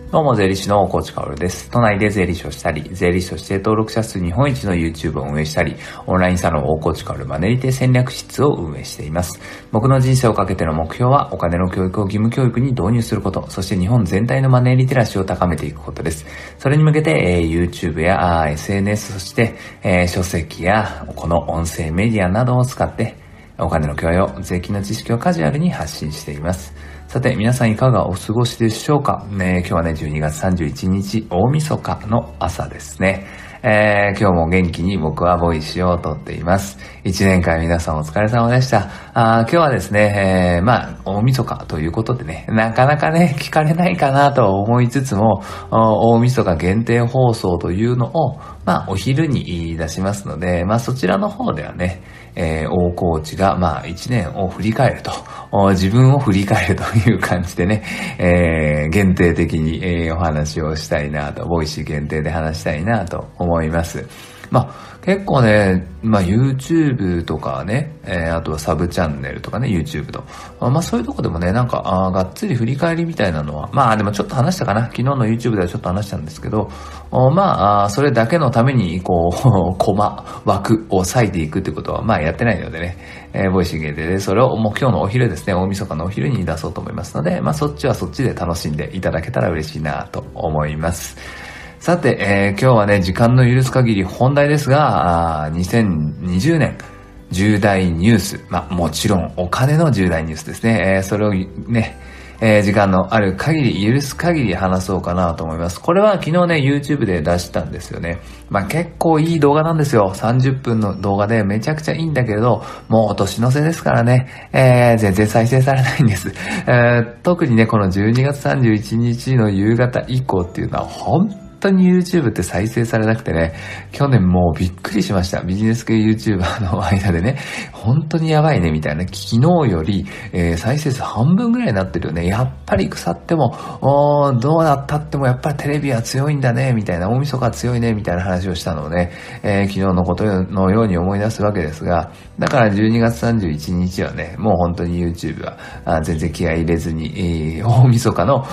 どうも、税理士の大河内薫です。都内で税理士をしたり、税理士として登録者数日本一の YouTube を運営したり、オンラインサロン大河内薫マネリテ戦略室を運営しています。僕の人生をかけての目標は、お金の教育を義務教育に導入すること、そして日本全体のマネーリテラシーを高めていくことです。それに向けて、YouTube やSNS、そして、書籍やこの音声メディアなどを使って、お金の教養、税金の知識をカジュアルに発信しています。さて、皆さんいかがお過ごしでしょうか。今日はね、12月31日、大晦日の朝ですね。今日も元気に僕はボイシーを撮っています。1年間皆さんお疲れ様でした。今日はですね、大晦日ということでね、なかなかね、聞かれないかなと思いつつも、大晦日限定放送というのを、お昼に出しますので、そちらの方ではね、大河内が1年を振り返ると、自分を振り返るという感じでね、限定的に、お話をしたいなと、ボイシー限定で話したいなと思います。結構ね、YouTube とかね、あとはサブチャンネルとかね、YouTube と。そういうとこでもね、がっつり振り返りみたいなのは、でもちょっと話したかな。昨日の YouTube ではちょっと話したんですけど、それだけのために、枠を割いていくってことは、やってないのでね、ボイシー限定で、それをもう今日のお昼ですね、大晦日のお昼に出そうと思いますので、そっちはそっちで楽しんでいただけたら嬉しいなと思います。さて、今日はね、時間の許す限り本題ですが、2020年重大ニュース、もちろんお金の重大ニュースですね。それをね、時間のある限り、許す限り話そうかなと思います。これは昨日ね、YouTube で出したんですよね。結構いい動画なんですよ。30分の動画でめちゃくちゃいいんだけれど、もう年の瀬ですからね、全然再生されないんです。特にね、この12月31日の夕方以降っていうのは本当に YouTube って再生されなくてね、去年もうびっくりしました。ビジネス系 YouTuber の間でね、本当にやばいねみたいな、昨日より、再生数半分ぐらいになってるよね。やっぱり腐っても、どうなったってもやっぱりテレビは強いんだね、みたいな、大晦日は強いね、みたいな話をしたのをね、昨日のことのように思い出すわけですが、だから12月31日はね、もう本当に YouTube は全然気合い入れずに、大晦日の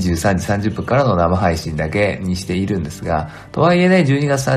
23時30分からの生配信だけにしているんですが、とはいえね、12月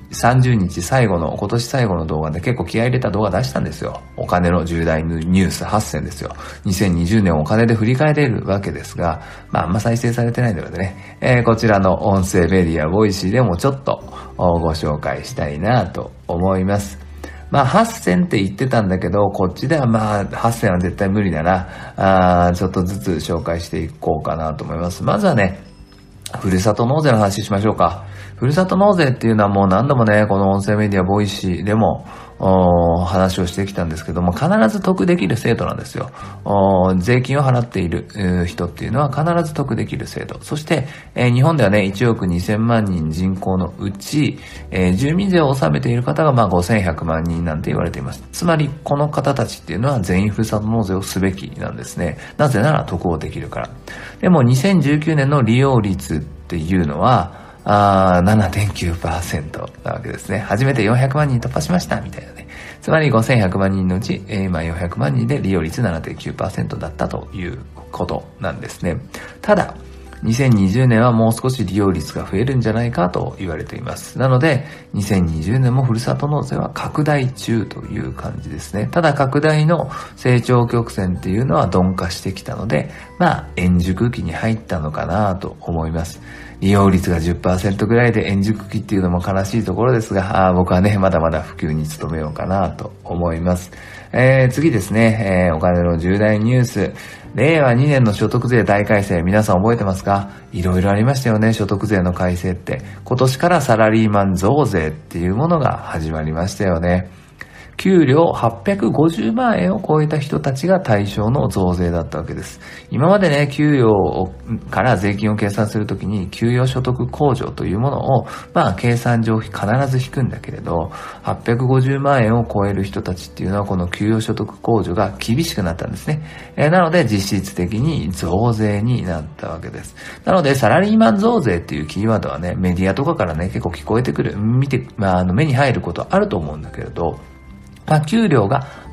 30日今年最後の動画で結構気合い入れた動画出したんですよ。お金の重大ニュース8選ですよ。2020年をお金で振り返れるわけですが、あんま再生されてないのでね、こちらの音声メディア、ボイシーでもちょっとご紹介したいなと思います。8選って言ってたんだけど、こっちでは8選は絶対無理だな。ちょっとずつ紹介していこうかなと思います。まずはね、ふるさと納税の話しましょうか。ふるさと納税っていうのはもう何度もね、この音声メディアボイシーでも話をしてきたんですけども、必ず得できる制度なんですよ。税金を払っている人っていうのは必ず得できる制度。そして、日本ではね、1億2000万人人口のうち、住民税を納めている方が5100万人なんて言われています。つまり、この方たちっていうのは全員ふるさと納税をすべきなんですね。なぜなら得をできるから。でも2019年の利用率っていうのは、7.9% なわけですね。初めて400万人突破しましたみたいなね。つまり5100万人のうち、400万人で利用率 7.9% だったということなんですね。ただ、2020年はもう少し利用率が増えるんじゃないかと言われています。なので、2020年もふるさと納税は拡大中という感じですね。ただ拡大の成長曲線っていうのは鈍化してきたので、円熟期に入ったのかなと思います。利用率が 10% ぐらいで円熟期っていうのも悲しいところですが、僕はね、まだまだ普及に努めようかなと思います。次ですね、お金の重大ニュース。令和2年の所得税大改正、皆さん覚えてますか？いろいろありましたよね、所得税の改正って。今年からサラリーマン増税っていうものが始まりましたよね。給料850万円を超えた人たちが対象の増税だったわけです。今までね、給与から税金を計算するときに、給与所得控除というものを、計算上必ず引くんだけれど、850万円を超える人たちっていうのは、この給与所得控除が厳しくなったんですね。なので、実質的に増税になったわけです。なので、サラリーマン増税っていうキーワードはね、メディアとかからね、結構聞こえてくる、目に入ることあると思うんだけれど、給料が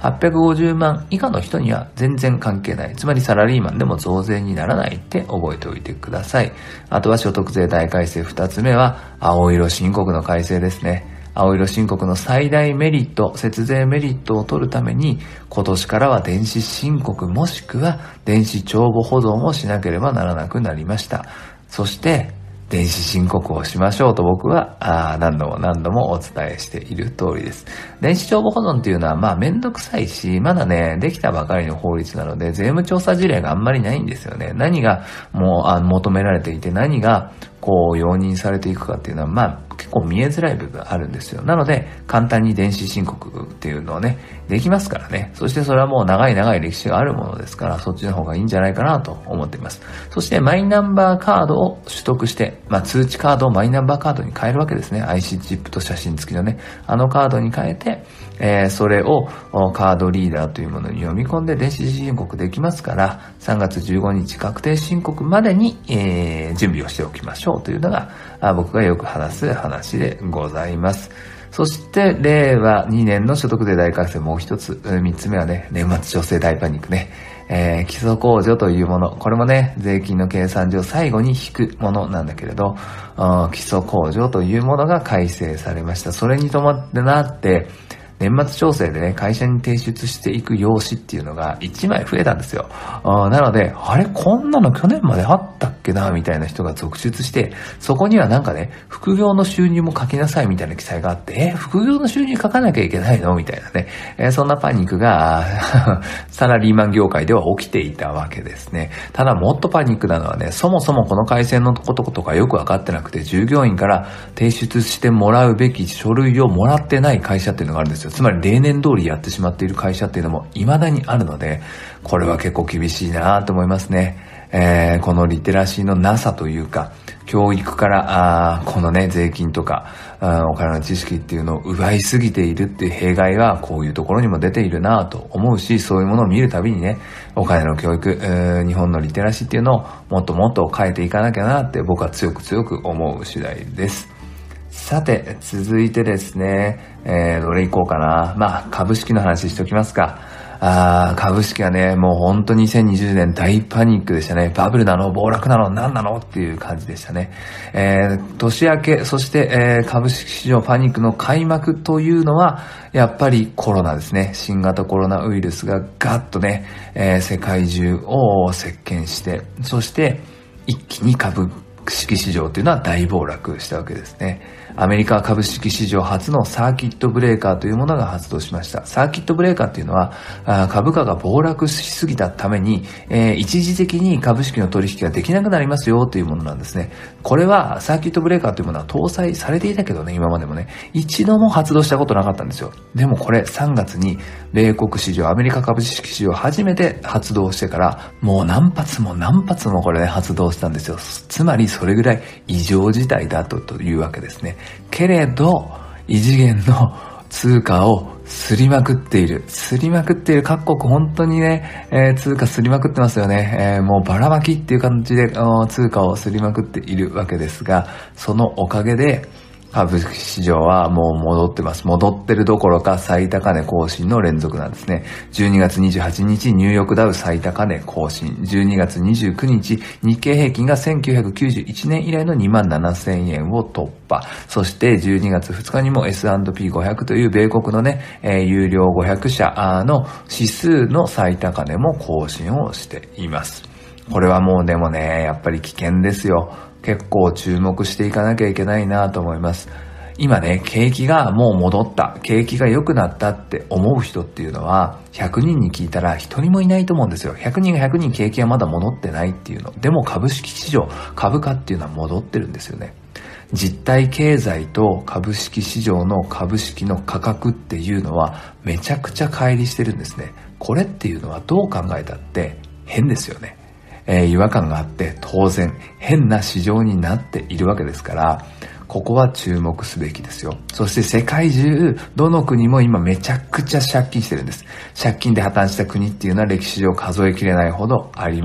850万以下の人には全然関係ない。つまりサラリーマンでも増税にならないって覚えておいてください。あとは所得税大改正2つ目は青色申告の改正ですね。青色申告の最大メリット、節税メリットを取るために、今年からは電子申告もしくは電子帳簿保存をしなければならなくなりました。そして、電子申告をしましょうと僕は何度もお伝えしている通りです。電子帳簿保存っていうのはめんどくさいし、まだね、できたばかりの法律なので、税務調査事例があんまりないんですよね。何が求められていて、何が容認されていくかっていうのは、結構見えづらい部分あるんですよ。なので、簡単に電子申告っていうのをね、できますからね。そしてそれはもう長い歴史があるものですから、そっちの方がいいんじゃないかなと思っています。そして、マイナンバーカードを取得して、通知カードをマイナンバーカードに変えるわけですね。IC チップと写真付きのね、カードに変えて、それをカードリーダーというものに読み込んで電子申告できますから、3月15日確定申告までに、準備をしておきましょうというのが、僕がよく話す話でございます。そして、令和2年の所得税大改正もう一つ、3つ目はね、年末調整大パニックね。基礎控除というもの。これもね、税金の計算上最後に引くものなんだけれど、基礎控除というものが改正されました。それに伴ってなって、年末調整でね、会社に提出していく用紙っていうのが1枚増えたんですよ。なので、こんなの去年まであったっけな、みたいな人が続出して、そこにはなんかね、副業の収入も書きなさいみたいな記載があって、副業の収入書かなきゃいけないのみたいなね、そんなパニックが、サラリーマン業界では起きていたわけですね。ただもっとパニックなのはね、そもそもこの改正のこととかよくわかってなくて、従業員から提出してもらうべき書類をもらってない会社っていうのがあるんですよ。つまり例年通りやってしまっている会社っていうのも未だにあるので、これは結構厳しいなと思いますね。このリテラシーのなさというか、教育からこのね、税金とかお金の知識っていうのを奪いすぎているっていう弊害がこういうところにも出ているなと思うし、そういうものを見るたびにね、お金の教育、日本のリテラシーっていうのをもっともっと変えていかなきゃなって僕は強く思う次第です。さて、続いてですね、どれいこうかな。株式の話しときますか。株式はね、もう本当に2020年大パニックでしたね。バブルなの暴落なの何なのっていう感じでしたね。年明け、そして、株式市場パニックの開幕というのは、やっぱりコロナですね。新型コロナウイルスがガッとね、世界中を席巻して、そして一気に株式市場というのは大暴落したわけですね。アメリカ株式市場初のサーキットブレーカーというものが発動しました。サーキットブレーカーっていうのは、株価が暴落しすぎたために、一時的に株式の取引ができなくなりますよというものなんですね。これはサーキットブレーカーというものは搭載されていたけどね、今までもね、一度も発動したことなかったんですよ。でもこれ3月に米国市場、アメリカ株式市場初めて発動してから、もう何発もこれね、発動したんですよ。つまりそれぐらい異常事態だというわけですね。けれど、異次元の通貨をすりまくっている。各国本当にね、通貨すりまくってますよね。もうばらまきっていう感じで通貨をすりまくっているわけですが、そのおかげで、株式市場はもう戻ってます。戻ってるどころか最高値更新の連続なんですね。12月28日ニューヨークダウ最高値更新。12月29日日経平均が1991年以来の27,000円を突破。そして12月2日にも S&P500 という米国のね、有料500社の指数の最高値も更新をしています。これはもうでもね、やっぱり危険ですよ。結構注目していかなきゃいけないなと思います。今ね、景気がもう戻った、景気が良くなったって思う人っていうのは、100人に聞いたら1人もいないと思うんですよ。100人が100人景気がまだ戻ってないっていうの。でも株式市場、株価っていうのは戻ってるんですよね。実体経済と株式市場の株式の価格っていうのはめちゃくちゃ乖離してるんですね。これっていうのはどう考えたって変ですよね。違和感があって当然変な市場になっているわけですから、ここは注目すべきですよ。そして世界中どの国も今めちゃくちゃ借金してるんです。借金で破綻した国っていうのは歴史上数えきれないほどあります。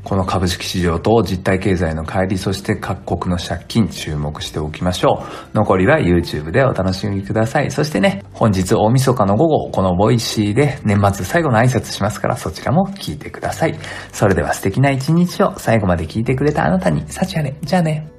この株式市場と実体経済の乖離、そして各国の借金注目しておきましょう。残りは YouTube でお楽しみください。そしてね、本日大晦日の午後、このボイシーで年末最後の挨拶しますから、そちらも聞いてください。それでは素敵な一日を最後まで聞いてくれたあなたに、幸あれ。じゃあね。